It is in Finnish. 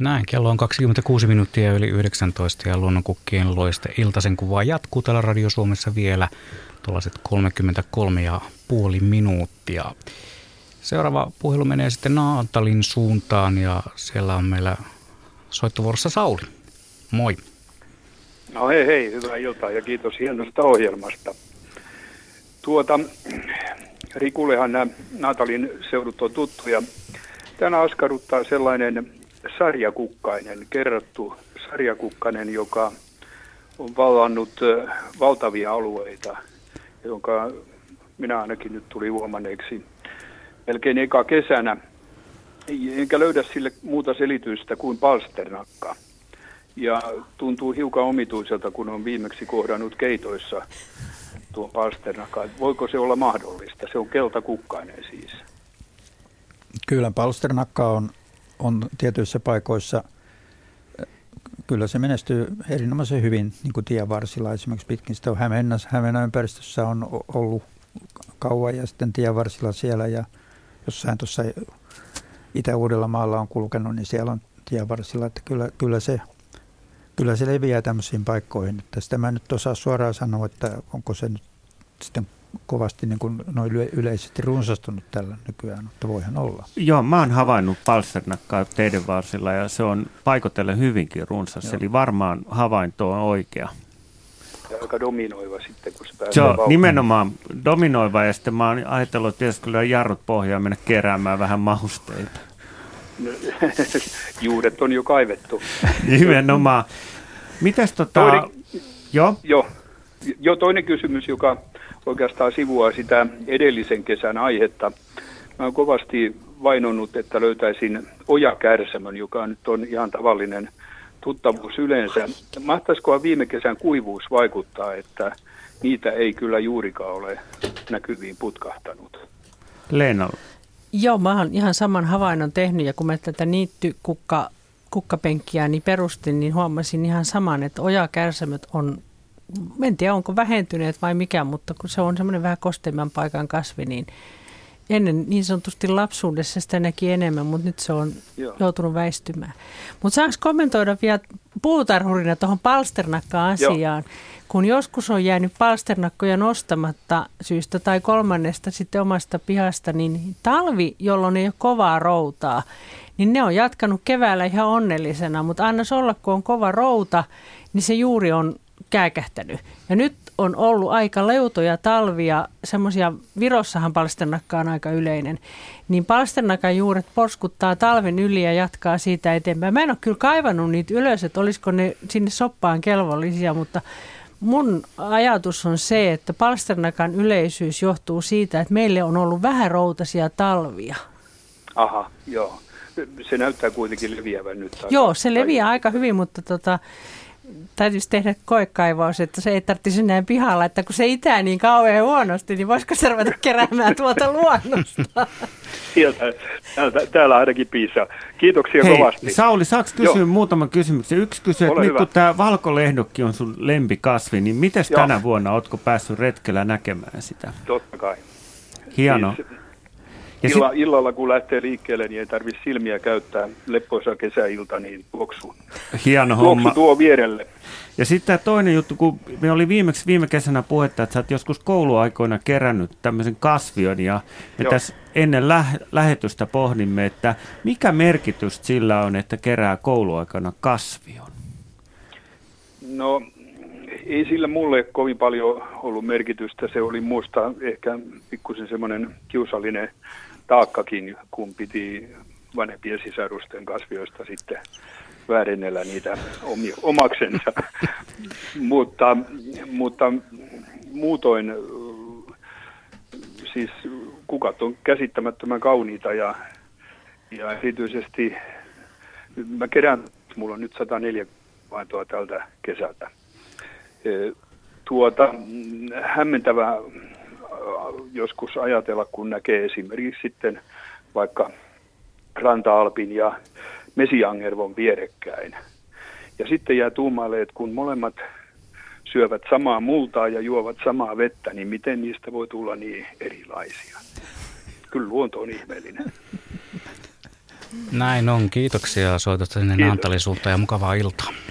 Näin, kello on 26 minuuttia yli 19 ja Luonnonkukkien loiste iltaisen kuvaa jatkuu täällä Radio Suomessa vielä tuollaiset 33,5 minuuttia. Seuraava puhelu menee sitten Naantalin suuntaan ja siellä on meillä soittovuorossa Sauli. Moi. No hei, hyvää iltaa ja kiitos hienosta ohjelmasta. Rikullehan nämä Naantalin seudut on tuttuja. Tänään askarruttaa sellainen kerrattu sarjakukkanen, joka on vallannut valtavia alueita, jonka minä ainakin nyt tuli huomanneeksi melkein eka kesänä. Enkä löydä sille muuta selitystä kuin palsternakka. Ja tuntuu hiukan omituiselta, kun on viimeksi kohdannut keitoissa tuon palsternakka. Voiko se olla mahdollista? Se on keltakukkainen siis. Kyllä palsternakka on tietyissä paikoissa, kyllä se menestyy erinomaisen hyvin niin kuin tienvarsilla. Esimerkiksi pitkin sitä Hämeenä ympäristössä on ollut kauan ja sitten tienvarsilla siellä ja jossain tuossa Itä-Uudellamaalla on kulkenut, niin siellä on tienvarsilla, että kyllä se leviää tämmöisiin paikkoihin. Että sitä mä en nyt osaa suoraan sanoa, että onko se nyt sitten kovasti niin kuin noin yleisesti runsastunut tällä nykyään, mutta voihan olla. Joo, mä oon havainnut palsternakkaa teidän varsilla ja se on paikotellen hyvinkin runsas, Joo. Eli varmaan havainto on oikea. Ja aika dominoiva sitten, kun se pääsee Se on nimenomaan dominoiva ja sitten mä oon ajatellut, että pitäisi kyllä jarrut pohjaan mennä keräämään vähän mahusteita. Juuret on jo kaivettu. Nimenomaan. Mitäs toinen kysymys, joka oikeastaan sivuaa sitä edellisen kesän aihetta. Mä oon kovasti vainonnut, että löytäisin ojakärsämön, joka nyt on ihan tavallinen tuttavuus yleensä. Mahtaisikohan viime kesän kuivuus vaikuttaa, että niitä ei kyllä juurikaan ole näkyviin putkahtanut? Leena. Joo, mä oon ihan saman havainnon tehnyt ja kun mä tätä kukkapenkkiä niin perustin, niin huomasin ihan saman, että ojakärsämöt on, en tiedä onko vähentyneet vai mikä, mutta kun se on semmoinen vähän kosteimman paikan kasvi, niin ennen niin sanotusti lapsuudessa sitä näki enemmän, mutta nyt se on joutunut väistymään. Mutta saanko kommentoida vielä puutarhurina tuohon palsternakka-asiaan? Kun joskus on jäänyt palsternakkoja nostamatta syystä tai kolmannesta sitten omasta pihasta, niin talvi, jolloin ei ole kovaa routaa, niin ne on jatkanut keväällä ihan onnellisena, mutta annas olla, kun on kova routa, niin se juuri on kääkähtänyt. Ja nyt on ollut aika leutoja talvia, semmoisia, Virossahan palsternakka on aika yleinen, niin palsternakan juuret porskuttaa talven yli ja jatkaa siitä eteenpäin. Mä en ole kyllä kaivannut niitä ylös, että olisiko ne sinne soppaan kelvollisia, mutta mun ajatus on se, että palsternakan yleisyys johtuu siitä, että meille on ollut vähän routaisia talvia. Aha, joo. Se näyttää kuitenkin leviävän nyt. Joo, se leviää aika hyvin, mutta täytyisi tehdä koekaivaus, että se ei tarvitsisi enää pihalla, että kun se itää niin kauhean huonosti, niin voisiko se ruveta keräämään tuolta luonnosta? Täällä ainakin piisaa. Kiitoksia kovasti. Sauli, saako kysyä muutaman kysymyksen? Yksi kysyy, että nyt kun tämä valkolehdokki on sun lempikasvi, niin miten tänä vuonna, ootko päässyt retkellä näkemään sitä? Totta kai. Hieno. Illalla kun lähtee liikkeelle, niin ei tarvitse silmiä käyttää. Leppoisa kesäilta, niin tuoksu. Hieno homma. Tuoksu tuo vierelle. Ja sitten tämä toinen juttu, kun me oli viime kesänä puhetta, että sä oot joskus kouluaikoina kerännyt tämmöisen kasvion, ja me tässä ennen lähetystä pohdimme, että mikä merkitys sillä on, että kerää kouluaikana kasvion? No, ei sillä mulle kovin paljon ollut merkitystä. Se oli musta ehkä pikkusen semmoinen kiusallinen taakkakin, kun piti vanhempien sisarusten kasvioista sitten väärennellä niitä omaksensa. mutta muutoin siis kukat on käsittämättömän kauniita ja erityisesti mä kerään, mulla on nyt 104 vaintoa tältä kesältä. Hämmentävää joskus ajatella, kun näkee esimerkiksi sitten vaikka Ranta-Alpin ja Mesiangervon vierekkäin. Ja sitten jää tuumaille, että kun molemmat syövät samaa multaa ja juovat samaa vettä, niin miten niistä voi tulla niin erilaisia? Kyllä luonto on ihmeellinen. Näin on. Kiitoksia soitosta sinne Kiitos. Naantalin suuntaan ja mukavaa iltaa.